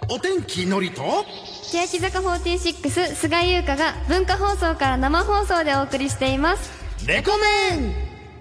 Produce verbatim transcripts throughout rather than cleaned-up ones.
お天気のりと欅坂フォーティーシックス菅井優香が文化放送から生放送でお送りしていますレコメン。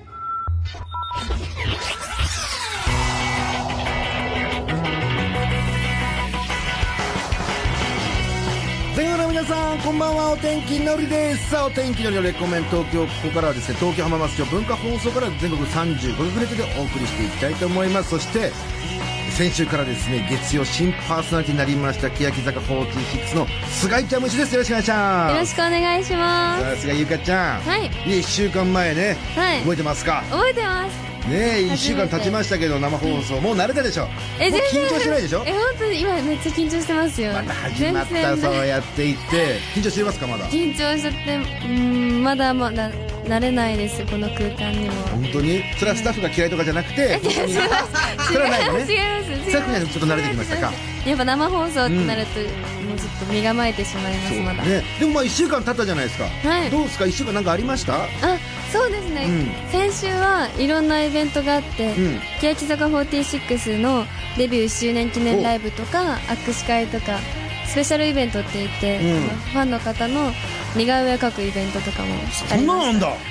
全国の皆さんこんばんは、お天気のりです。さあ、お天気のりのレコメン東京、ここからはですね、東京浜松町文化放送から全国さんじゅうごきょくネットでお送りしていきたいと思います。そして先週からですね、月曜新パーソナリティになりました欅坂フォーティーシックスの菅井ちゃん虫です。よろしくお願いします。 よろしくお願いします。 さあ、菅井ゆかちゃん、 はい、 いっしゅうかんまえね、はい、覚えてますか？ 覚えてます。 ねえ、いっしゅうかん経ちましたけど生放送、うん、もう慣れたでしょ？ え、 もう緊張してないでしょ？ え、本当に今めっちゃ緊張してますよ。 また始まった、そうやっていって緊張していますか？まだ緊張しちゃって、うーん、まだまだ慣れないです、この空間にも。 本当に？それはスタッフが嫌いとかじゃなくて、 違います、違います、 それはないのね。 違います、違います。 スタッフにはちょっと慣れてきましたか？ やっぱ生放送ってなると、うん、もうちょっと身構えてしまいます。まだね。でもまあいっしゅうかん経ったじゃないですか、はい、どうですか？いっしゅうかんなんかありました？ あ、そうですね、うん、先週はいろんなイベントがあって、うん、欅坂フォーティーシックスのデビューいっしゅうねん記念ライブとか握手会とかスペシャルイベントって言って、うん、ファンの方の似顔絵を描くイベントとかもありました。 そんななんだ。 はい。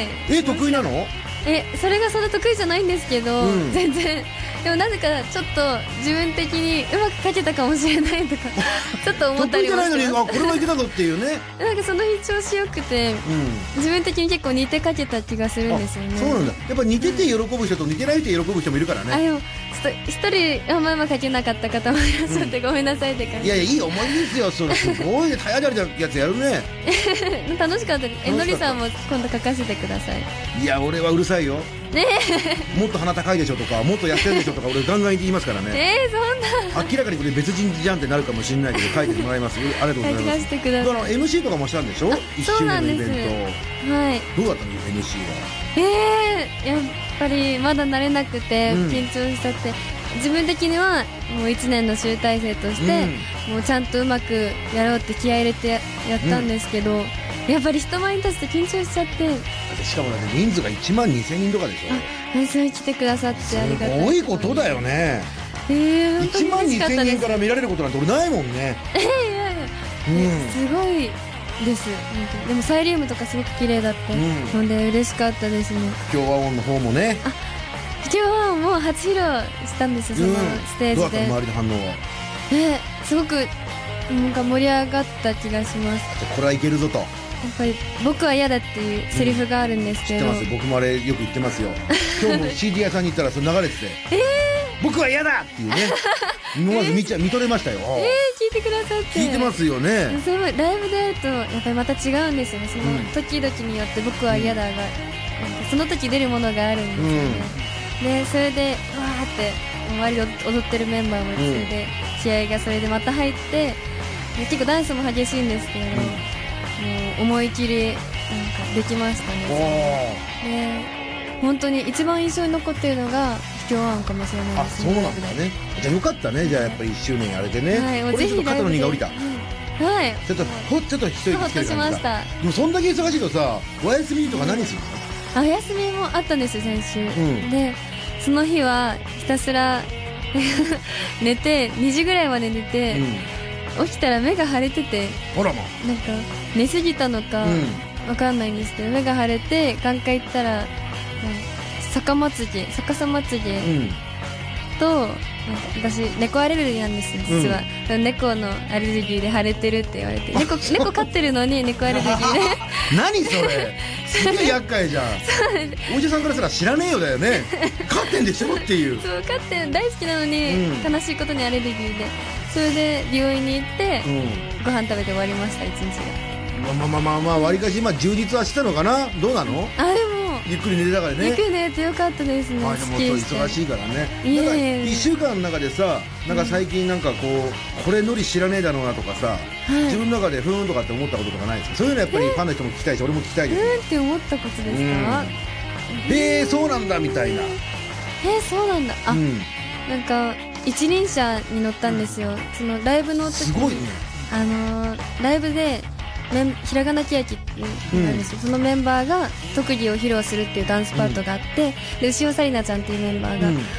え、得意なの？ え、それがそんな得意じゃないんですけど、うん、全然でもなぜかちょっと自分的にうまく描けたかもしれないとかちょっと思ったりもしてます。得意じゃないのに、あ、これはいけたぞっていうねなんかその日調子よくて、うん、自分的に結構似て描けた気がするんですよね。 そうなんだ。やっぱ似てて喜ぶ人と似てない人喜ぶ人もいるからね。 あ、でも一人あんまうまく描けなかった方もいらっしゃって、うん、ごめんなさいって感じ。 いやいや、いい思いですよ。それすごいね、体当たりなやつやるね楽しかったです。えのりさんも今度描かせてください。 いや、俺はうるさいよねえもっと鼻高いでしょとか、もっとやってるでしょとか俺ガンガン言いますからね。 えー、そんな明らかにこれ別人じゃんってなるかもしれないけど書いてもらいます。ありがとうございます。 書かせてください。 だから エムシー とかもしたんでしょ？いっしゅうねんのイベント。はい。どうだったの エムシー は？ えー、やっぱりまだ慣れなくて緊張しちゃって、うん、自分的にはもういちねんの集大成として、うん、もうちゃんとうまくやろうって気合い入れてやったんですけど、うん、やっぱり人前に立つと緊張しちゃって。 しかもね、人数がいちまんにせんにんとかでしょ。 あ、それ来てくださってありがたい。 すごいことだよね。 えー、 いちまんにせんにんから見られることなんて俺ないもんね。 えー、いやいや、うん、すごいです。でもサイリウムとかすごく綺麗だって、うん、ので嬉しかったですね。 不協和音の方もね。 あ、不協和音も初披露したんですよ、そのステージで。どうだったの、周りの反応は？えー、すごくなんか盛り上がった気がします。 じゃこれはいけるぞと。 やっぱり僕は嫌だっていうセリフがあるんですけど、 うん、知ってます。僕もあれよく言ってますよ今日も シーディー 屋さんに行ったらそれ流れててえー、 僕は嫌だっていうね思わず見ちゃ見とれましたよ。 えー、聞いてくださって。 聞いてますよね。 それもライブでやるとやっぱりまた違うんですよね。その時々によって僕は嫌だが、うん、その時出るものがあるんですよね、うん、でそれでわーって周りで踊ってるメンバーもそれで、うん、試合がそれでまた入って結構ダンスも激しいんですけれど、うん、もう思い切りなんかできましたね。で本当に一番印象に残っているのが不協和音かもしれないですね。 あ、そうなんだね。じゃあよかったね。じゃあやっぱりいっしゅうねんあれでね、はい、もうぜひこれちょっと肩の荷が下りた、はい、ちょっとほちょっと一息つける感じだ。 しました。 でもそんだけ忙しいとさ、お休みとか何するの？ あ、お休みもあったんですよ先週、うん、でその日はひたすら寝てにじぐらいまで寝て、うん、起きたら目が腫れてて、 あらま、 なんか寝すぎたのかわかんないんですけど、目が腫れて眼科行ったら逆まつげ逆さまつげ、うん、となんか私猫アレルギーなんですよ実は、うん、猫のアレルギーで腫れてるって言われて、猫猫飼ってるのに猫アレルギーで何それすげえ厄介じゃんお医者さんからしたら知らねえよだよね飼ってんでしょっていう。 そう、飼って大好きなのに、うん、悲しいことにアレルギーで、それで病院に行って、うん、ご飯食べて終わりました一日が。 まあまあまあまあわりかし今充実はしたのかな。どうなの？ あ、でもゆっくり寝てたからね。 ゆっくり寝てよかったですね。 あ、でも忙しいからね。なんかいっしゅうかんの中でさ、なんか最近なんかこうこれのり知らねえだろうなとかさ、はい、自分の中でふーんとかって思ったこととかないですか？そういうのやっぱりファンの人も聞きたいし、俺も聞きたいです。 ふーんって思ったことですか？ えー、そうなんだみたいな。 えー、そうなんだ。あ、うん、なんか一輪車に乗ったんですよ、うん、そのライブの時に。 すごいね。 あのー、ライブでメンひらがなけやきっていうなんですよ、うん、そのメンバーが特技を披露するっていうダンスパートがあって、うん、で牛尾紗理奈ちゃんっていうメンバーが、うん、あ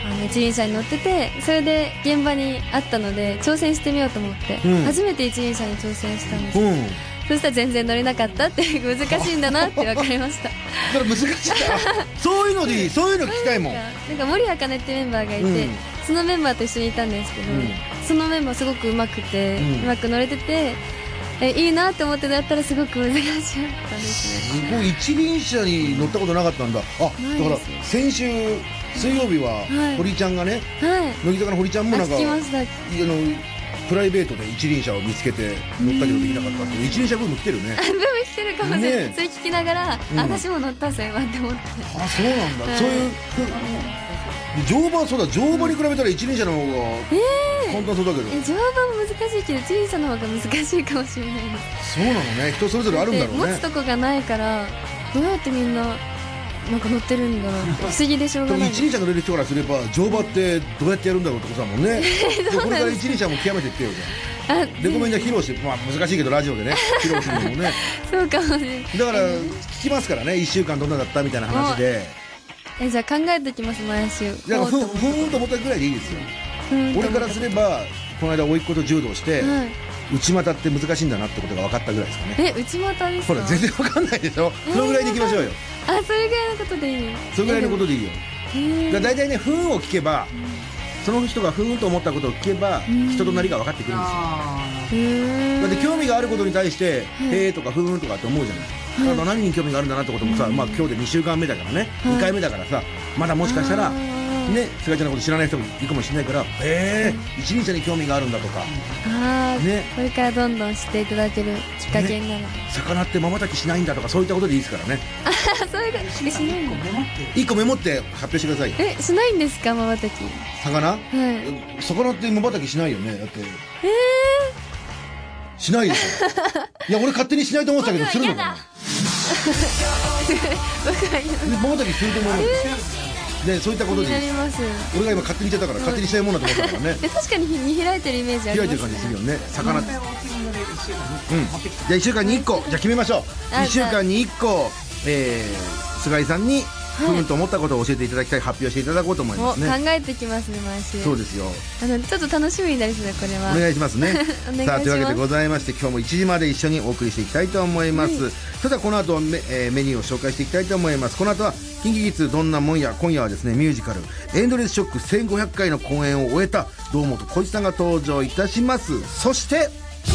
あの一輪車に乗ってて、それで現場にあったので挑戦してみようと思って、 うん初めて一輪車に挑戦したんです、 うんそしたら全然乗れなかったって、難しいんだなって分かりましただから難しいそういうのでいい、そういうの聞きたいもん。 なんか森茜ってメンバーがいて、 うんそのメンバーと一緒にいたんですけど、 うんそのメンバーすごく上手くて、 ううんまく乗れてて、えいいなって思ってだったらすごく難しかったですね。 すごい、一輪車に乗ったことなかったんだ。あ、 ないですだから先週水曜日ははい堀ちゃんがね、 はい乃木坂の堀ちゃんもなんかあ聞きました。 あのプライベートで一輪車を見つけて乗ったけどできなかったっていう、一輪車ブーム来てるね。 ブーム来てるかもしれない、 ねそれ聞きながら、 うんあ私も乗ったそういえばって思って、 あ、そうなんだ、 はいそういうふ乗馬、そうだ、乗馬に比べたら一輪車の方が簡単そうだけど、 え乗馬も難しいけど一輪車の方が難しいかもしれないでそうなのね、人それぞれあるんだろうね持つ。とこがないからどうやってみんななんか乗ってるんだろう不思議でしょうでもがない一輪車乗れる人からすれば乗馬ってどうやってやるんだろうってことだもんねでこれから一輪車も極めていってよじゃあん。レコメンじゃ披露して、まあ難しいけどラジオでね披露するのもねそうかもしれないだから聞きますからね、いっしゅうかんどんなだったみたいな話で、 えじゃあ考えておきます毎週。 だからふんおーっとふーんと思ったぐらいでいいですよ。 うん俺からすればこの間甥っ子と柔道して、 はい内股って難しいんだなってことが分かったぐらいですかね。 え内股ですか。 ほら全然分かんないでしょ、そのぐらいでいきましょうよ。 あそれぐらいのことでいい。 それぐらいのことでいいよ。 へーだから大体ね、ふーんを聞けば、その人がふーんと思ったことを聞けば、 ん人となりが分かってくるんですよ。 へーだって興味があることに対して「へえ」とか「ふーん」とかって思うじゃない。あと何に興味があるんだなってこともさ、まあ今日でにしゅうかんめだからね、 はいにかいめだからさ、まだもしかしたらあーね、菅井ちゃんのこと知らない人もいるかもしれないから、へえ、一輪車に興味があるんだとか、 あーねこれからどんどん知っていただけるきっかけになる、 魚ってまばたきしないんだとか、そういったことでいいですからね。 あそういうことしないの。 いっこメモって発表してくださいよ。 えしないんですかまばたき。 魚はい魚ってまばたきしないよね。だってえしないでしょいや俺勝手にしないと思ってたけど、するのかな。 僕は今まばたきすると思いますで、そういったこと気にでいいです。 なります。 俺が今勝手に言っちゃったから、勝手にしないもんだと思ったからね。 え確かに見開いてるイメージありますね。 開いてる感じするよね、魚って。うん、じゃあいっしゅうかんにいっこ、じゃあ決めましょう。 あいっしゅうかんにいっこ、えー、菅井さんにふーんと思ったことを教えていただきたい、発表していただこうと思いもう考ますね。 えてきますね毎週。 そうですよ、 あのちょっと楽しみになりそうだこれは。 お願いしますねお願いしますさあというわけでございまして、今日もいちじまで一緒にお送りしていきたいと思います、 はい、 それではこの後メ、えーメニューを紹介していきたいと思います。この後はキンキキッズどんなもんや。今夜はですね、ミュージカルエンドレスショックせんごひゃっかいの公演を終えた堂本光一さんが登場いたします。そして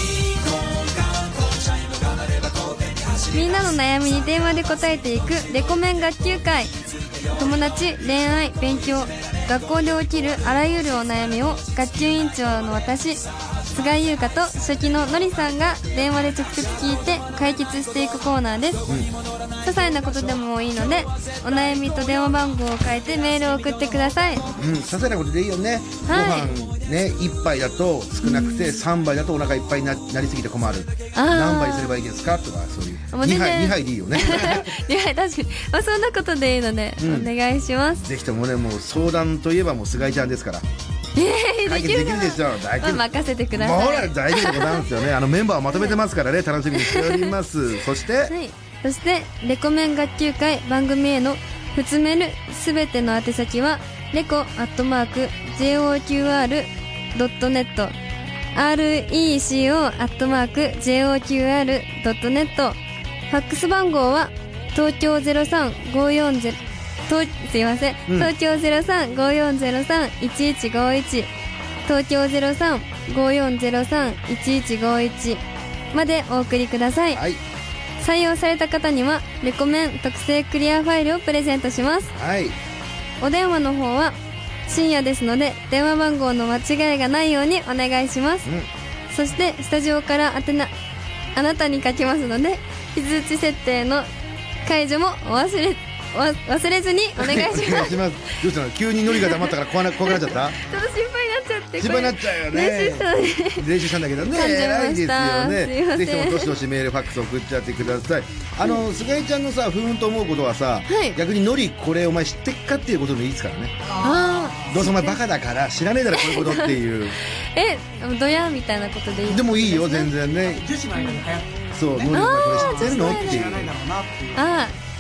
みんなの悩みに電話で答えていくレコメン学級会。友達、恋愛、勉強、学校で起きるあらゆるお悩みを学級委員長の私菅井優香と初期ののりさんが電話で直接聞いて解決していくコーナーです、うん、些細なことでもいいのでお悩みと電話番号を書いてメールを送ってください。 うん、些細なことでいいよね、 はい、 ご飯ね、いっぱいだと少なくて、うん、さんばいだとお腹いっぱいに な, なりすぎて困る。何杯すればいいですかとか、そういうにはいにはいでいいよねにはい確かに、まあ、そんなことでいいので、うん、お願いします。 ぜひともね、もう相談といえばもう菅井ちゃんですから、 えー、 解決できるでしょう。 まあ、任せてください。 もうほら大丈夫でございますよねあのメンバーをまとめてますからね、楽しみにしておりますそして、はい、 そしてレコメン学級会番組へのふつメールすべての宛先はレコアットマーク ジェイオーキューアールドットネット アールイーシーオー アットマーク ジェイオーキューアールドットネット。 ファックス番号は東京 ゼロさんごーよんゼロ とすいません、うん、東京 ゼロさんごーよんゼロさんいちいちごいち 東京 ゼロさんごーよんゼロさんいちいちごいちまでお送りください、はい、採用された方にはレコメン特製クリアファイルをプレゼントします、はい、お電話の方は深夜ですので電話番号の間違いがないようにお願いします、うん、そしてスタジオから宛名あなたに書きますので非通知設定の解除もお忘れ忘れずにお願いしますどうしたの、急にノリが黙ったから怖な怖くなっちゃったちょっと心配になっちゃって。 心配になっちゃうよね。 練習したので練習したんだけどね、偉いですよね。ぜひともどしどしメールファックス送っちゃってください。あの、うん、菅井ちゃんのさ、ふーんと思うことはさ、はい、逆にノリこれお前知ってっかっていうことでもいいですからね。あどうせお前バカだから知らねえだろこういうことっていうえ、ドヤみたいなことでいい、ね、 でもいいよ全然ね。女子の間に流行ってそう、ノリお前これ知ってるのっていう。 あ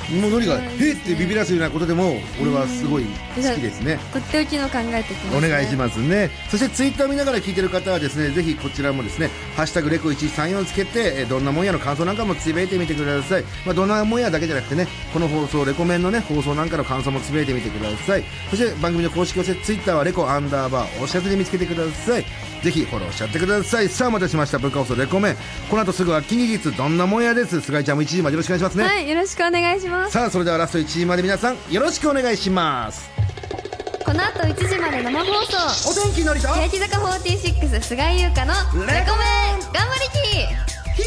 もうノリがへーってビビらすようなことでも俺はすごい好きですね。 とっておきの考えてきます、ね、 お願いしますね。そしてツイッターを見ながら聞いてる方はですね、ぜひこちらもですねハッシュタグレコいちいちさんよんつけて、えどんなもんやの感想なんかもつぶやいてみてください。まあ、どんなもんやだけじゃなくてね、この放送レコメンのね放送なんかの感想もつぶやいてみてください。そして番組の公式寄せツイッターはレコアンダーバーおしゃれで見つけてください。ぜひフォローしちゃってください。さあお待たせしました、文化放送レコメン、この後すぐは近畿日どんなもんやです。菅井ちゃんもいちじまでよろしくお願いしますね。 はい、よろしくお願いします。 さあそれではラストいちじまで皆さんよろしくお願いします。 この後いちじまで生放送、 お天気のりと欅坂フォーティーシックス菅井優香のレコメン頑張りき。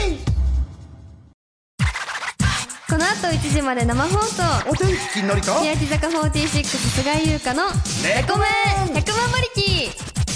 この後いちじまで生放送、 お天気のりと欅坂フォーティーシックス菅井優香のレコメンひゃくまん馬力。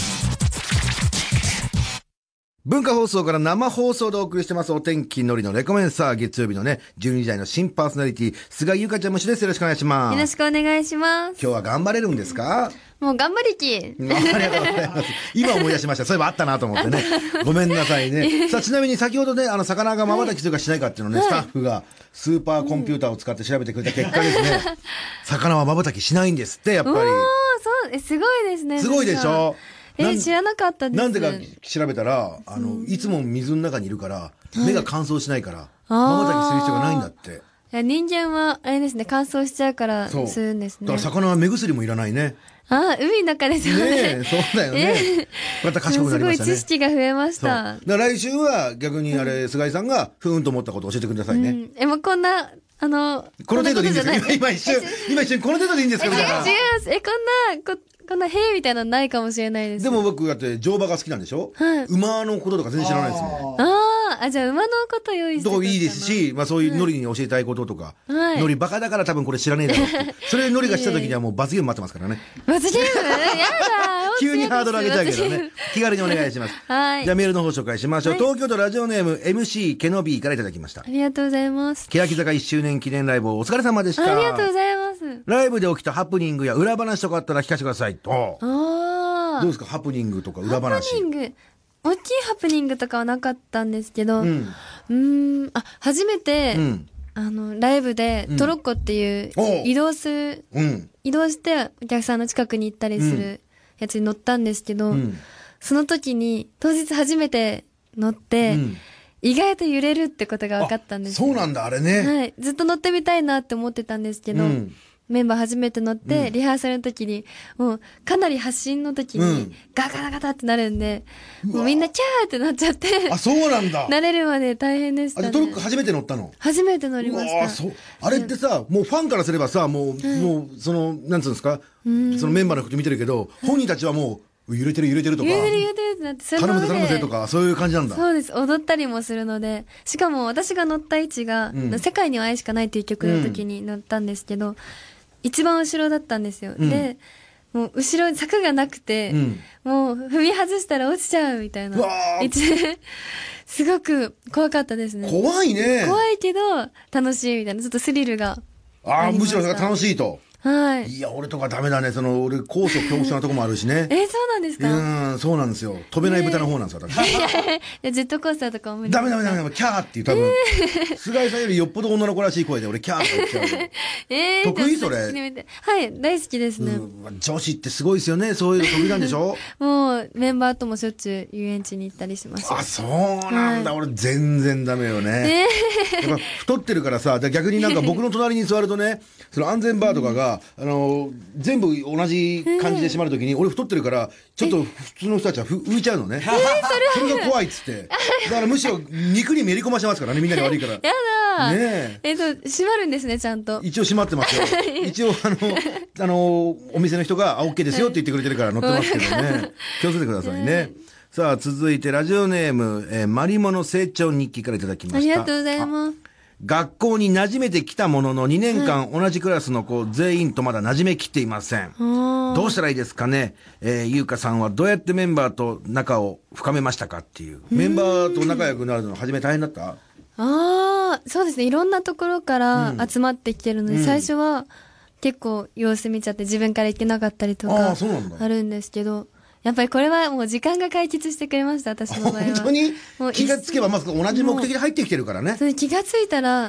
文化放送から生放送でお送りしてますお天気のりのレコメン。さあ月曜日のねじゅうにじ台の新パーソナリティ菅井優香ちゃんもしです。よろしくお願いします。 よろしくお願いします。 今日は頑張れるんですか？ もう頑張りき。 ありがとうございます。今思い出しました。そういえばあったなと思ってね。ごめんなさいね。さあちなみに先ほどね、あの魚が瞬きするかしないかっていうのをね、はい、スタッフがスーパーコンピューターを使って調べてくれた結果ですね、うん、魚は瞬きしないんですってやっぱり。おー、 そうえすごいですね。 すごいでしょ。 え知らなかったです。 なんでか調べたら、あの、うん、いつも水の中にいるから目が乾燥しないから瞬きする必要がないんだって。 いや人間はあれですね、乾燥しちゃうからするんですね。 だから魚は目薬もいらないね。 ああ、海の中ですよね。 ねえ、そうだよね。また賢くなりましたね。 すごい知識が増えました。 だから来週は逆にあれ、うん、菅井さんがふーんと思ったことを教えてくださいね。うん、 え、もうこんな、あの、 この程度でいいんですか？今、今一瞬、今一瞬この程度でいいんですかみたいな。 違います。え、こんな、ここんな、へえみたいなのないかもしれないです。 でも僕だって乗馬が好きなんでしょ？はい。馬のこととか全然知らないですもん。 ああ、じゃあ馬のこと用意してといいですし、まあそういうノリに教えたいこととか、はい、ノリバカだから多分これ知らねえだろうって。それでノリがした時にはもう罰ゲーム待ってますからね。 罰ゲームやだ急にハードル上げちゃうけどね。気軽にお願いします。はい。じゃあメールの方紹介しましょう。はい、東京都ラジオネーム エムシー ケノビーからいただきました。 ありがとうございます。 欅坂いっしゅうねん記念ライブお疲れ様でした。 ありがとうございます。 ライブで起きたハプニングや裏話とかあったら聞かせてくださいと。ああ。どうですかハプニングとか裏話。 ハプニング。大きいハプニングとかはなかったんですけど、うん、うーん、あ、初めて、うん、あの、ライブでトロッコっていう移動する、うん、移動してお客さんの近くに行ったりするやつに乗ったんですけど、うん、その時に当日初めて乗って、うん、意外と揺れるってことが分かったんです。 そうなんだ、あれね。 はい。ずっと乗ってみたいなって思ってたんですけど、うんメンバー初めて乗って、うん、リハーサルの時に、もう、かなり発信の時に、ガガガガってなるんで、うん、もうみんなキャーってなっちゃって。 あ、そうなんだ。 慣れるまで大変でしたね。 あ、トロッコ初めて乗ったの？ 初めて乗りました。 あ、そう。あれってさ、もうファンからすればさ、もう、うん、もう、その、なんつうんですか、うん、そのメンバーのこと見てるけど、本人たちはもう、揺れてる揺れてるとか。 揺れてる揺れてるってなって、 それ頼むぜ頼むぜとか、そういう感じなんだ。 そうです。踊ったりもするので、しかも私が乗った位置が、うん、世界には愛しかないっていう曲の時に乗ったんですけど、うん一番後ろだったんですよ。うん、で、もう後ろに柵がなくて、うん、もう踏み外したら落ちちゃうみたいな。すごく怖かったですね。 怖いね。 怖いけど楽しいみたいな、ちょっとスリルがあ。 ああ、むしろそれが楽しいと。 はい。 いや、俺とかダメだね。その、俺、高所恐怖症なとこもあるしね。 えー、そうなんですか？ うん、そうなんですよ。飛べない豚の方なんですよ、私。 いや、ジェットコースターとかも無理。 ダメダメダメダメ、キャーっていう多分、えー、菅井さんよりよっぽど女の子らしい声で俺、キャーって言っちゃう。えー、得意それ。 はい、大好きですね。 女子ってすごいですよね。そういうの得意なんでしょ？ もう、メンバーともしょっちゅう遊園地に行ったりします。 あ、そうなんだ。はい、俺、全然ダメよね。えー、やっぱ太ってるからさ、逆になんか僕の隣に座るとね、その安全バーとかが、うん、あの、全部同じ感じで閉まるときに、俺太ってるから、ちょっと普通の人たちは浮いちゃうのね。それが怖いっつって。だからむしろ肉にめり込ましてますからね、みんなに悪いから。 やだねえ。えっと、閉まるんですね、ちゃんと。 一応閉まってますよ。一応、あの、あの、お店の人が、あ、OK ですよって言ってくれてるから乗ってますけどね。気をつけてくださいね。さあ、続いてラジオネーム、えー、マリモの成長日記からいただきました。ありがとうございます。 学校に馴染めてきたもののにねんかん同じクラスの子全員とまだ馴染めきっていません。どうしたらいいですかね。えー、ゆうかさんはどうやってメンバーと仲を深めましたかっていう。メンバーと仲良くなるの初め大変だった？ ああ、そうですね。いろんなところから集まってきてるので、うん、最初は結構様子見ちゃって自分から行けなかったりとかあるんですけど、やっぱりこれはもう時間が解決してくれました、私の場合は。 本当に気がつけばまず同じ目的で入ってきてるからね。 それ気がついたら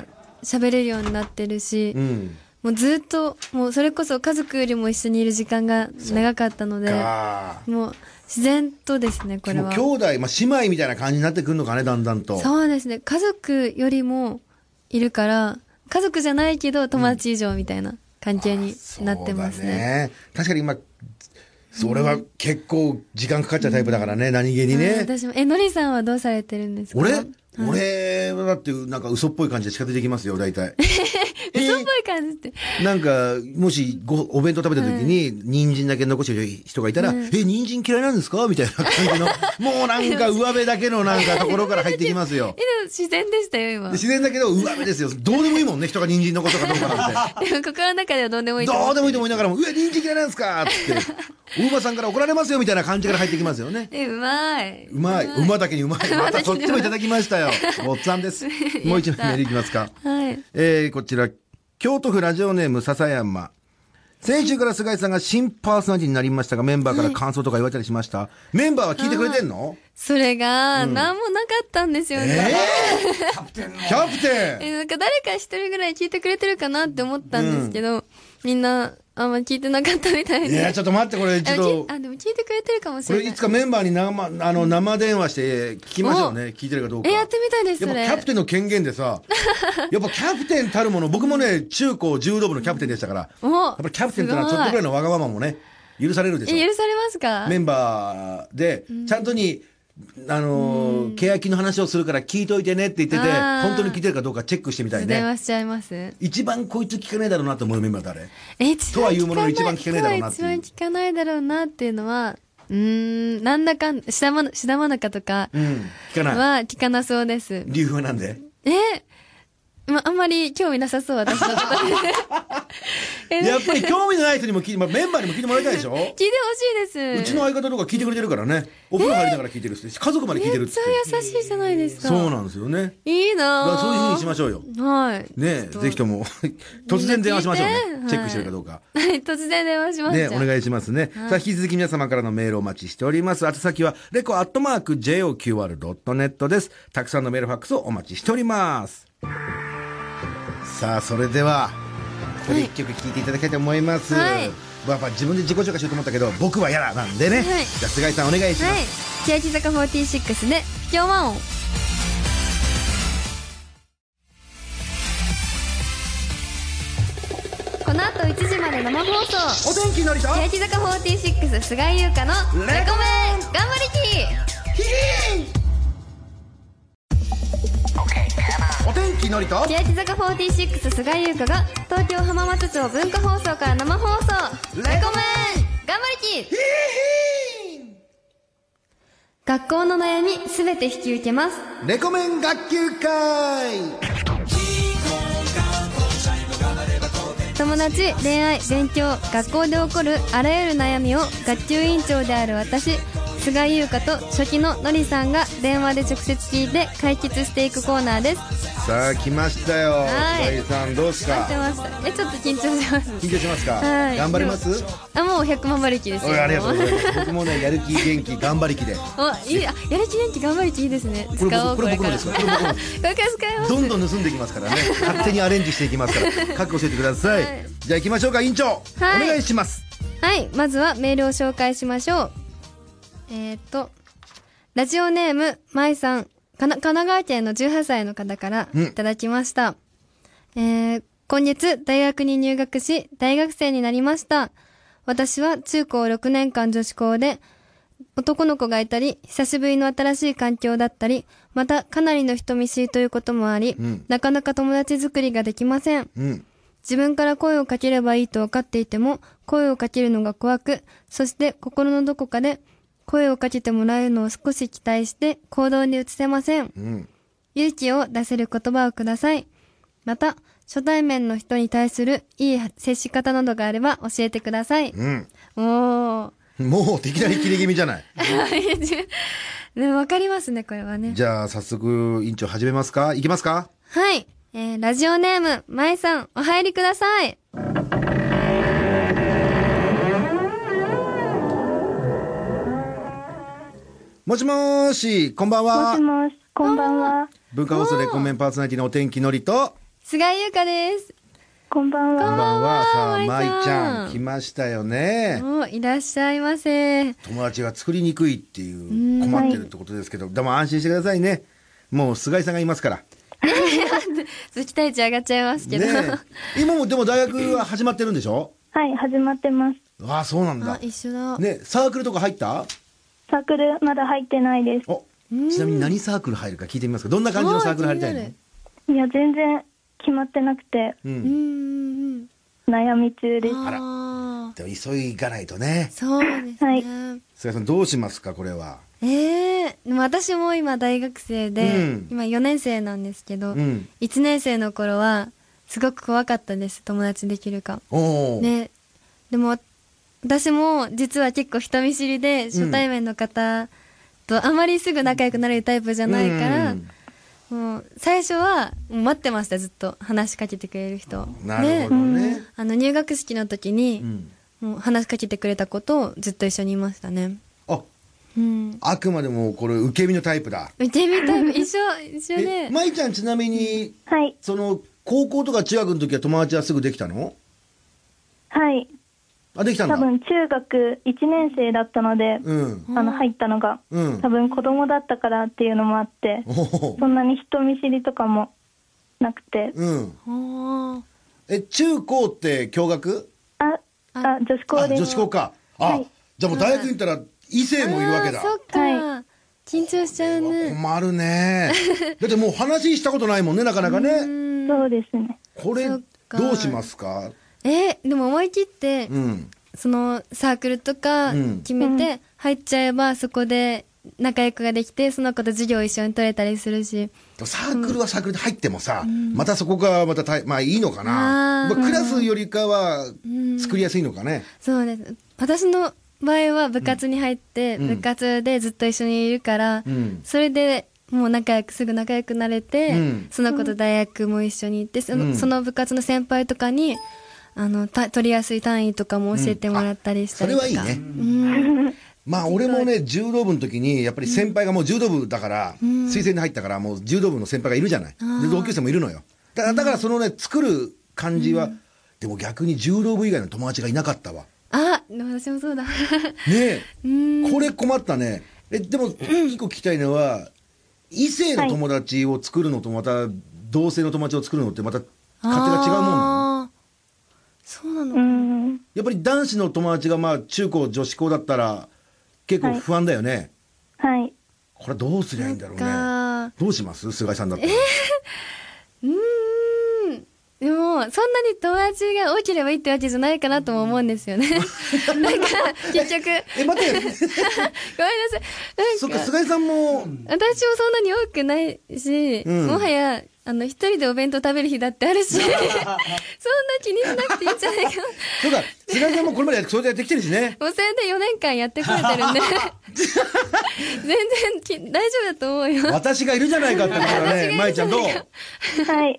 喋れるようになってるし、 うん、 もうずっともうそれこそ家族よりも一緒にいる時間が長かったので、もう自然とですね、これは。 兄弟、まあ、姉妹みたいな感じになってくるのかね、だんだんと。 そうですね。家族よりもいるから、家族じゃないけど友達以上みたいな関係になってますね。うん、ね、 確かに今、それは結構時間かかっちゃうタイプだからね、うん、何気にね。 私も。え、のりさんはどうされてるんですか？ 俺、はい、俺はだってなんか嘘っぽい感じで近づいてきますよ、大体。 嘘っぽい感じって。 なんか、もしご、お弁当食べた時に、はい、人参だけ残してる人がいたら、うん、え、人参嫌いなんですかみたいな感じの、もうなんか上辺だけのなんかところから入ってきますよ。 え、でも自然でしたよ、今。 自然だけど上辺ですよ。どうでもいいもんね、人が人参残すとかどうかなんて。 でも心の中ではどうでもいいとどうでもいいと思いながらも、うわ、人参嫌いなんですかって。お馬さんから怒られますよみたいな感じから入ってきますよね。 え、うまい。 うまい。馬だけにうまい。またそっちもいただきましたよ。おっさんです。もう一枚メールいきますか。 はい。 えー、こちら、京都府ラジオネーム笹山。先週から菅井さんが新パーソナリティになりましたが、メンバーから感想とか言われたりしました、はい、メンバーは聞いてくれてんの？ それが、何もなかったんですよね。 えー、キャプテンの。キャプテンえ、なんか誰か一人ぐらい聞いてくれてるかなって思ったんですけど、うん、みんな、あんま聞いてなかったみたいで。 いや、ちょっと待って、これ、ちょっと。 あ、でも聞いてくれてるかもしれない。 これ、いつかメンバーに生、あの、生電話して聞きましょうね。聞いてるかどうか。 え、やってみたいです、それ。 やっぱキャプテンの権限でさ、やっぱキャプテンたるもの、僕もね、中高柔道部のキャプテンでしたから、やっぱりキャプテンってのはちょっとぐらいのわがままもね、許されるでしょ。 え、許されますか？ メンバーで、ちゃんとに、あのー、欅の話をするから聞いといてねって言ってて、本当に聞いてるかどうかチェックしてみたいね。 電話しちゃいます。 一番こいつ聞かないだろうなと思うメンバー誰？ え、 とはいうものの一番聞かないだろうなっていう。 一番聞かないだろうなっていうのは、うーん、なんだかん、シダマ、シダマナカとかは聞かなそうです。 理由はなんで？ えまあ、あんまり興味なさそう、私のことで。やっぱり興味のない人にも聞いて、まあ、メンバーにも聞いてもらいたいでしょ？聞いてほしいです。 うちの相方とか聞いてくれてるからね。お風呂入りながら聞いてるって、家族まで聞いてるって。 めっちゃ優しいじゃないですか。 そうなんですよね。 いいなぁ。 だからそういう風にしましょうよ。 はい。 ねえ、ぜひとも、突然電話しましょうね。チェックしてるかどうか。 はい、突然電話します。 ね、お願いしますね。さあ、引き続き皆様からのメールをお待ちしております。宛先は、レコアットマーク ジェイオーキューアールドットネット です。たくさんのメールファックスをお待ちしております。さあ、それではこれ一曲聴いていただきたいと思います、はい、やっぱ自分で自己紹介しようと思ったけど僕はやらなんでね、はい、じゃあ菅井さんお願いします。 欅坂フォーティーシックスで「不協和音」。この後いちじまで生放送。 お天気のりと欅坂フォーティーシックス菅井優香の「レコメン頑張りき」。 お天気のりと欅坂フォーティーシックス菅井優香が東京浜松町文化放送から生放送。レコメン頑張りき。学校の悩みすべて引き受けます。 レコメン学級会。 友達、恋愛、勉強、学校で起こるあらゆる悩みを学級委員長である私菅井優香と初期ののりさんが電話で直接聞いて解決していくコーナーです。 さあ来ましたよ。菅井さんどうですか？ 待ってました。えちょっと緊張します。 緊張しますか？ はい。 頑張ります？ あもうひゃくまん馬力ですよ。 ありがとうございます。僕もねやる気元気頑張り気で。 あいいあやる気元気頑張り気いいですね。 これ僕これ僕のですか？これ僕の。これ使います。 どんどん盗んでいきますからね。勝手にアレンジしていきますから。覚悟していてください。はい、じゃあ行きましょうか委員長、はい、お願いします。 はい、まずはメールを紹介しましょう。えー、っとラジオネームまいさん、かな神奈川県のじゅうはっさいの方からいただきました。うん、えー、今月大学に入学し大学生になりました。私は中高ろくねんかん女子校で男の子がいたり、久しぶりの新しい環境だったり、またかなりの人見知りということもあり、うん、なかなか友達作りができません。うん、自分から声をかければいいと分かっていても、声をかけるのが怖く、そして心のどこかで声をかけてもらえるのを少し期待して行動に移せません。うん、勇気を出せる言葉をください。また、初対面の人に対するいい接し方などがあれば教えてください。うん、おー。 もういきなり切れ気味じゃない。 でも分かりますね、これはね。 じゃあ、早速、委員長始めますか？いきますか？ はい。えー、ラジオネーム、まいさん、お入りください。 もしもーし、こんばんは。 もしもし、こんばんは。 文化放送レコメンパーソナリティのお天気のりと、 菅井優香です。 こんばんは。 こんばんは。さあ、 まいまいさんちゃん来ましたよね。 おいらっしゃいませ。 友達が作りにくいっていう困ってるってことですけど、でも安心してくださいね。もう菅井さんがいますから。 期待値上がっちゃいますけど、 ねえ、今もでも大学は始まってるんでしょ？ はい、始まってます。 ああ、そうなんだ。 あ、一緒だ。 ね、サークルとか入った？ サークルまだ入ってないです。 お、ちなみに何サークル入るか聞いてみますか？どんな感じのサークル入りたいの？ あー気にいや、全然決まってなくてう。 なる。うんん悩み中です。 あらあでも急がないとね。 そうですはいね。 菅井さんどうしますかこれは？ ええでも私も今大学生で、 うん今よねん生なんですけど、 うん。 いちねん生の頃はすごく怖かったです。友達できるか。 おお。 ね、でも私も実は結構人見知りで初対面の方とあまりすぐ仲良くなれるタイプじゃないから、 うんもう最初はもう待ってました。ずっと話しかけてくれる人。 なるほどね。 あの入学式の時に、 うん。 もう話しかけてくれた子とずっと一緒にいましたね。 あ、 うん。 あくまでもこれ受け身のタイプだ。 見てみたい。一緒一緒え、 で。 まいちゃんちなみにはい、 その高校とか中学の時は友達はすぐできたの？ はい。 あ、できたんだ。 多分中学いちねん生だったので、 うんあの入ったのが、 うん多。分子供だったからっていうのもあって、 おお。 そんなに人見知りとかもなくて、 うん。 あーえ、中高って共学？ あ、あ、女子あ、 校です。 女子校か。あ、 はいじゃあもう大学に行ったら異性もいるわけだ。 あーそっか、 は緊張しちゃうね。 困るね。だってもう話したことないもんね、なかなかうね。 んそうですね。 これそっかどうしますか？ えでも思い切って、 うん。 そのサークルとかうん決めて入っちゃえば、そこで仲良くができてその子と授業を一緒に取れたりするし。 サークルはサークルで入ってもさ、またそこがまたたいまあいいのかな。 あーまあクラスよりかはうん作りやすいのかね。 そうです。私の場合は部活に入って、 うん部活でずっと一緒にいるから、 うん。 それでもう仲良くすぐ仲良くなれて、 うんその子と大学も一緒に行ってその,、 うんその部活の先輩とかにあのた取りやすい単位とかも教えてもらったりしたりとか、 うんあそれはいいねうんまあ俺もね柔道部の時にやっぱり先輩がもう柔道部だから、 うん推薦に入ったからもう柔道部の先輩がいるじゃない。 あーで同級生もいるのよ。だからだからそのね作る感じは、でも逆に柔道部以外の友達がいなかったわ。 あでも私もそうだねえ。 うんこれ困ったね。えでも一個聞きたいのは異性の友達を作るのとまた同性の友達を作るのってまた勝手が違うもんなの？ あーそうなのうかな、 ん。 やっぱり男子の友達がまあ中高女子校だったら結構不安だよね。 はい。 これどうすりゃいいんだろうね。 かどうします菅井さんだったら。 うーんでもそんなに友達が多ければいいってわけじゃないかなとも思うんですよねなんか結局え待ってごめんなさいなんそっか菅井さんも私もそんなに多くないし、 うんもはやあの一人でお弁当食べる日だってあるしそんな気にしなくていいんじゃないかなそうか菅井さんもこれまでそれでやってきてるしね。 もうそれでよねんかんやってくれてるんで全然き大丈夫だと思うよ私がいるじゃないかってことだね。舞ちゃんどう？ねはい。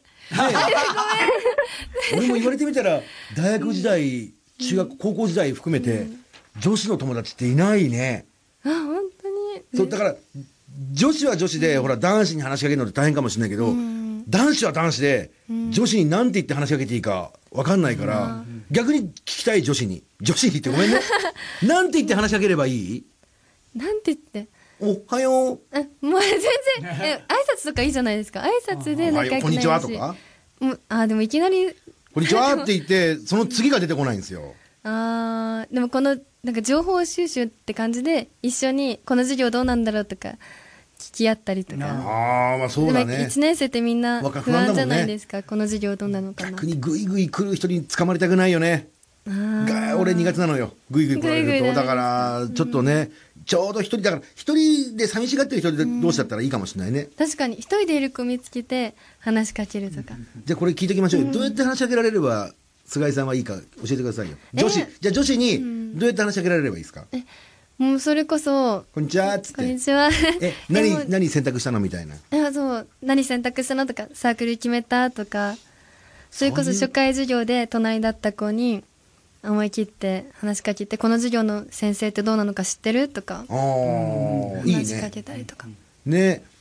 俺も言われてみたら大学時代中学高校時代含めて女子の友達っていないね。 あ本当にそうだから女子は女子で、ほら男子に話しかけるのって大変かもしれないけど、 うん男子は男子で、女子に何て言って話しかけていいか分かんないから、逆に聞きたい女子に女子にってごめんねなんて言って話しかければいい？ なんて言っておはよう、 あもう全然え挨拶とかいいじゃないですか。挨拶でおはよう、 仲良くこんにちはとなるしかもうあでもいきなりこんにちはって言ってその次が出てこないんですよ。 あーでもこのなんか情報収集って感じで一緒にこの授業どうなんだろうとか聞き合ったりとか。 ああまあそうだでもねいちねん生ってみんなわか不不安だもんね安じゃないですか。この授業どうなのかな。 逆にグイグイ来る人に捕まりたくないよね。 あーが俺苦手なのよグイグイ来られると。 グイグイだねだからちょっとね、ちょうど一人だから一人で寂しがってる人で同士だったらいいかもしれないね。 確かに一人でいる子見つけて話しかけるとか。 じゃあこれ聞いておきましょうよ、どうやって話しかけられれば菅井さんはいいか教えてくださいよ。女子、 えじゃあ女子にどうやって話しかけられればいいですか？ もうそれこそこんにちはっつっこんにてちは。 えでも何何選択したのみたいな。 いやそう何選択したのとかサークル決めたとか、それこそそういう初回授業で隣だった子に思い切って話しかけて、この授業の先生ってどうなのか知ってるとかああいい話しかね。 けたりとか。 ね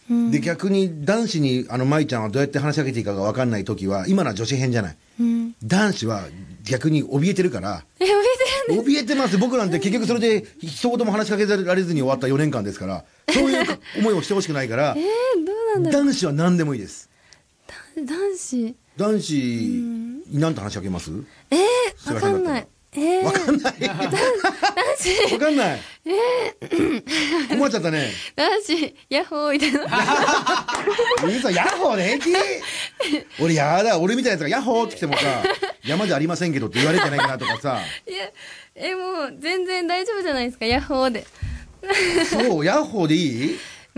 うん、 で逆に男子にあの舞ちゃんはどうやって話しかけていいかが分かんない時は、今のは女子編じゃない、 うん、 男子は逆に怯えてるから。 え、怯えてるんです。 怯えてます。僕なんて結局それで一言も話しかけられずに終わったよねんかんですから、そういう思いをしてほしくないからえー、どうなんだろう。 男子は何でもいいです。 男子男子に何と話しかけます？ えー、分かんない。えー、 分かんない男子分かんない。 えー、困っちゃったね。 男子ヤッホーみたいな。 嘘、ヤッホーで平気？俺やだ、俺みたいなやつがヤッホーって来てもさ、山じゃありませんけどって言われてないかなとかさ。 いや、え、もう全然大丈夫じゃないですか、ヤッホーで。 そう、ヤッホーでいい？ うん。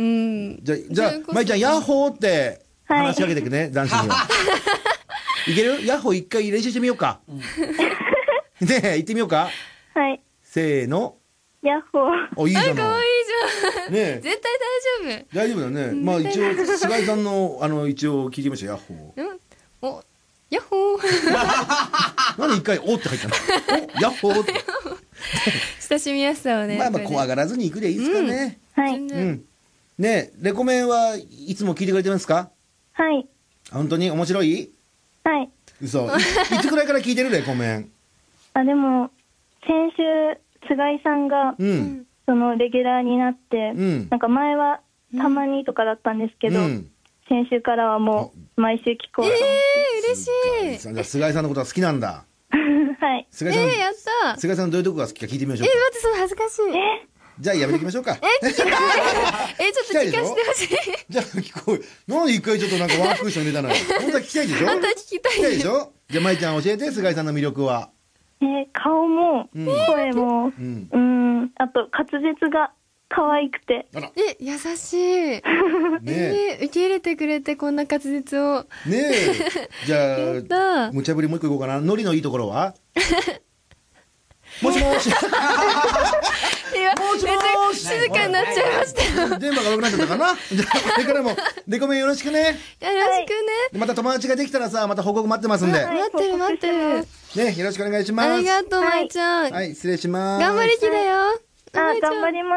じゃ、じゃあ、まいちゃん、ヤッホーって話しかけてくね、はい、男子には。いける？ヤッホー一回練習してみようか。ねえ、行ってみようか。 はい。 せーの。 ヤッホー。 お、いいじゃない。 あ、かわいいじゃん。ねえ。絶対大丈夫。 大丈夫だね。まあ一応、菅井さんの、あの、一応聞いてみました、ヤッホー。 うん。お、ヤッホー。 なんで一回、おって入ったの？お、ヤッホーって。 親しみやすさをね。 まあまあ怖がらずに行くでいいですかね。 はい。 うん。ねえ、レコメンはいつも聞いてくれてますか？ はい。 本当に面白い？ はい。 嘘。いつくらいから聞いてるレコメン？ あ、でも、先週、菅井さんが、うん、そのレギュラーになって、うん、なんか前はたまにとかだったんですけど、うん、先週からはもう毎週聞こうと思って。 えー、嬉しい。 じゃあ菅井さんのことは好きなんだ。 はい。 菅井さん、 えー、やった。 菅井さんどういうとこが好きか聞いてみましょうか。 えー、待って、それ恥ずかしい。えじゃあやめていきましょうか。 え、聞きたい。え、ちょっと聞かせてほしい。 じゃあ聞こう。なんで一回ちょっとなんかワンクッション入れたのよ。本当は聞きたいでしょ？ 本当は聞きたい。 聞きたいでしょ？じゃあ舞ちゃん教えて、菅井さんの魅力は。 えー、顔も、うん、声も、うん、うん、あと滑舌が可愛くて。 え、優しい。ねえ、受け入れてくれてこんな滑舌を。 ねえ。じゃあ、無茶ぶりもう一個いこうかな。ノリのいいところは？もしもし。もしもし。 静かになっちゃいましたよ。 電波が悪くなっちゃったかな。じゃあこれからもレコメンよろしくね。 よろしくね。 また友達ができたらさ、また報告待ってますんで。 待ってる待ってる。 ね、よろしくお願いします。 ありがとう、まいちゃん。 はい、失礼します。 頑張りきだよ。 あ、頑張ります。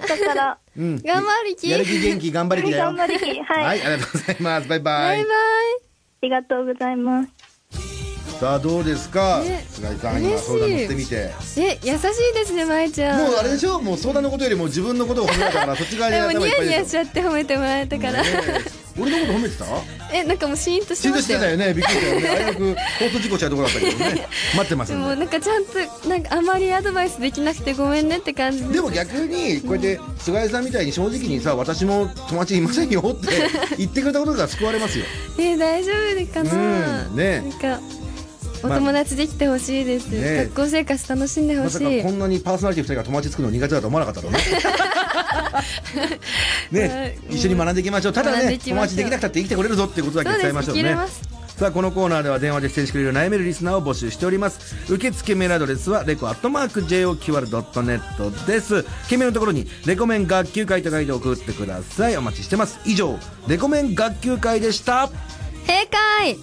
明日から。 うん。 頑張りき。 やる気元気頑張りきだよ。 頑張りき。はい。 はい、ありがとうございます。バイバイ。 バイバイ。 ありがとうございます。 さあどうですか、菅井さん、今相談乗ってみて。 え、優しいですね、まいちゃん。 もうあれでしょ、もう相談のことよりも自分のことを褒められたから、そっち側に頭いっぱいでしょ。でもニヤニヤしちゃって褒めてもらえたから。 俺のこと褒めてた？ え、なんかもうシーンとしてましたよ。 シーンとしてたよね、びっくりしたよね。早く交通事故しちゃうところだったけどね。待ってますんで。 でもなんかちゃんとなんかあまりアドバイスできなくてごめんねって感じで。 でも逆にこうやって菅井さんみたいに正直にさ、私も友達いませんよって言ってくれたことが救われますよ。 え、大丈夫かな。 うん、ね。 なんか。お友達できてほしいです、まね、学校生活楽しんでほしい。 まさかこんなにパーソナリティふたりが友達作るの苦手だと思わなかったのね。ね、一緒に学んでいきましょう。ただね、友達できなくたって生きてこれるぞっていうことだけ伝えましょうね。さあこのコーナーでは電話で出演してくれる悩めるリスナーを募集しております。受付メールアドレスはレコアットマーク ジェイオーキューアールドットネット です。件名のところにレコメン学級会と書いて送ってください。お待ちしてます。以上、レコメン学級会でした。 閉会。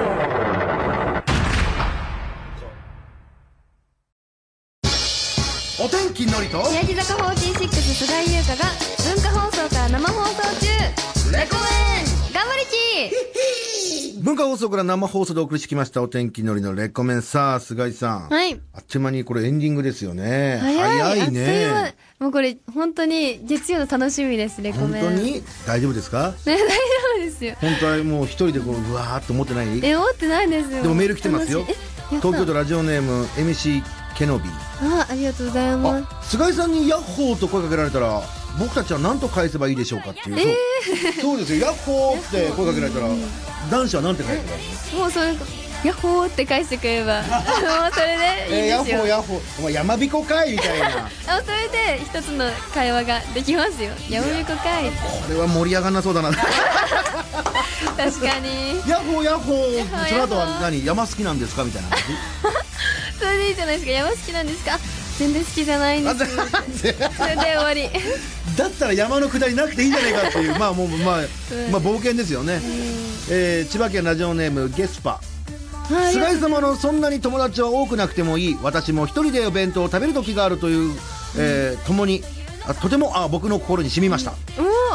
お天気のりと欅坂フォーティーシックス菅井優香が文化放送から生放送中。レコメン頑張りき。 文化放送から生放送でお送りしてきましたお天気のりのレコメン。さあ菅井さん、 はい、 あっという間にこれエンディングですよね。 早い、 早いね。 もうこれ本当に月曜の楽しみです。レコメン本当に大丈夫ですか？ ね、大丈夫ですよ。 本当はもう一人でこううわーっと思ってない？ え、思ってないですよ。 でもメール来てますよ。東京都ラジオネーム エムシー ケノビー。 あ、ありがとうございます。 菅井さんにヤッホーと声かけられたら僕たちは何と返せばいいでしょうかっていう。えー、そうですよ。ヤッホーって声かけられたら男子は何て返せばいいの？もうそれヤッホーって返してくれればもうそれでいいですよ。えー、 ヤッホーヤッホーお前山彦かいみたいな。 あ、それで一つの会話ができますよ。山彦かい。 これは盛り上がんなそうだな。 確かに。 ヤッホーヤッホー。その後は何、山好きなんですかみたいな。 それでいいじゃないですか。山好きなんですか？全然好きじゃないんです。それで終わり。 だったら山の下りなくていいんじゃないかっていう。まあもうまあ、まあ冒険ですよね。えー、千葉県ラジオネームゲスパ。菅井様のそんなに友達は多くなくてもいい、私も一人でお弁当を食べる時があるという、えー、共にあとてもあ僕の心に染みました。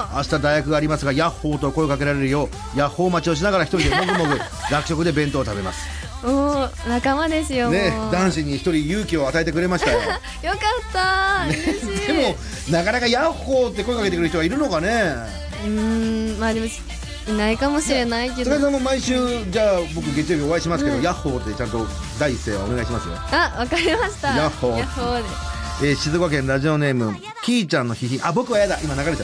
明日大学がありますがヤッホーと声をかけられるようヤッホー待ちをしながら一人でもぐもぐ学食で弁当を食べます。 おお、仲間ですよ。 ね、 もう男子に一人勇気を与えてくれましたよ。 よかったー、嬉しい。 でもなかなかヤッホーって声かけてくれる人はいるのかね。 うーん、まあでもいないかもしれないけど。 菅井さんも毎週じゃあ僕月曜日お会いしますけど、うん、ヤッホーってちゃんと第一声はお願いしますよ。 あ、わかりました。 ヤッホー。 ヤッホーで。 えー、静岡県ラジオネームキーちゃんのヒヒ。あ、僕はやだ、今流れちゃった。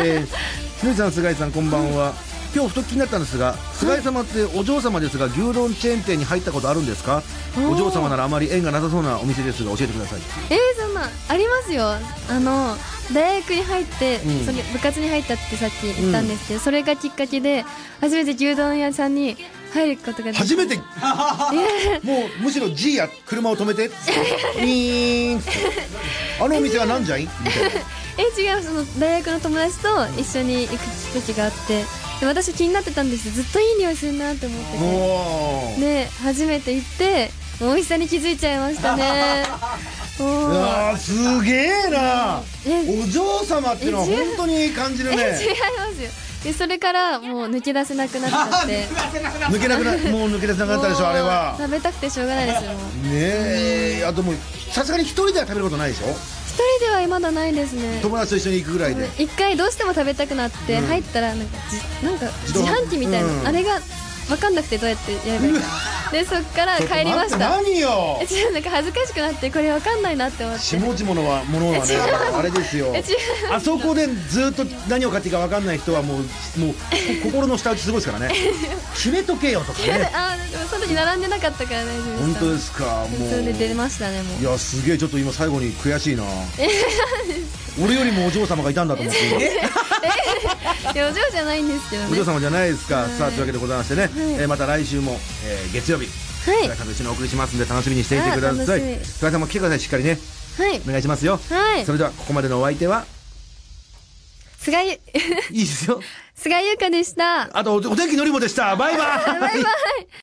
えー、ひのりさん、菅井さん、こんばんは。今日ふと気になったんですが、菅井様ってお嬢様ですが牛丼チェーン店に入ったことあるんですか？お嬢様ならあまり縁がなさそうなお店ですが教えてください。 えー、そんなありますよ。あの大学に入って、うん、それ部活に入ったってさっき言ったんですけど、うん、それがきっかけで初めて牛丼屋さんに入ることができた。 初めてもうむしろ G や車を止めてウィーンあのお店は何じゃいみたいな。 え、違う、その大学の友達と一緒に行く時があって、で私気になってたんです。ずっといい匂いするなって思ってて、で初めて行って美味しさに気づいちゃいましたね。 いやすげえな。お嬢様っていうのは本当に感じるね。 え、違いますよ。でそれからもう抜け出せなくなっちゃって抜けなくなもう抜け出せなくなったでしょ。あれは食べたくてしょうがないですよ。ねえ、あともうさすがに一人では食べることないでしょ。 一人ではまだないですね。 友達と一緒に行くぐらいで一回どうしても食べたくなって入ったらなんかじなんか自販機みたいな、うん、あれが分かんなくてどうやってやればいいかでそっから帰りました。 何よ。 え、違う、なんか恥ずかしくなってこれ分かんないなって思って。 下々のはものはねあれですよ。あそこでずっと何を買っていいか分かんない人はもうもう心の下打ちすごいですからね。決めとけよとかね。 あ、でもその時並んでなかったから大丈夫でした。 本当ですか。もうそれで出ましたね。もういやすげえ、ちょっと今最後に悔しいな。俺よりもお嬢様がいたんだと思って。 いやお嬢じゃないんですけどね。 お嬢様じゃないですか。さあというわけでございましてね、えまた来週も月曜日菅井さんと一緒にお送りしますんで楽しみにしていてください。菅井さんも来てください。しっかりね。はい、お願いしますよ。はい。それではここまでのお相手は菅井いいですよ。 菅井優香でした。 あとお天気のりもでした。バイバイ。 バイバイ。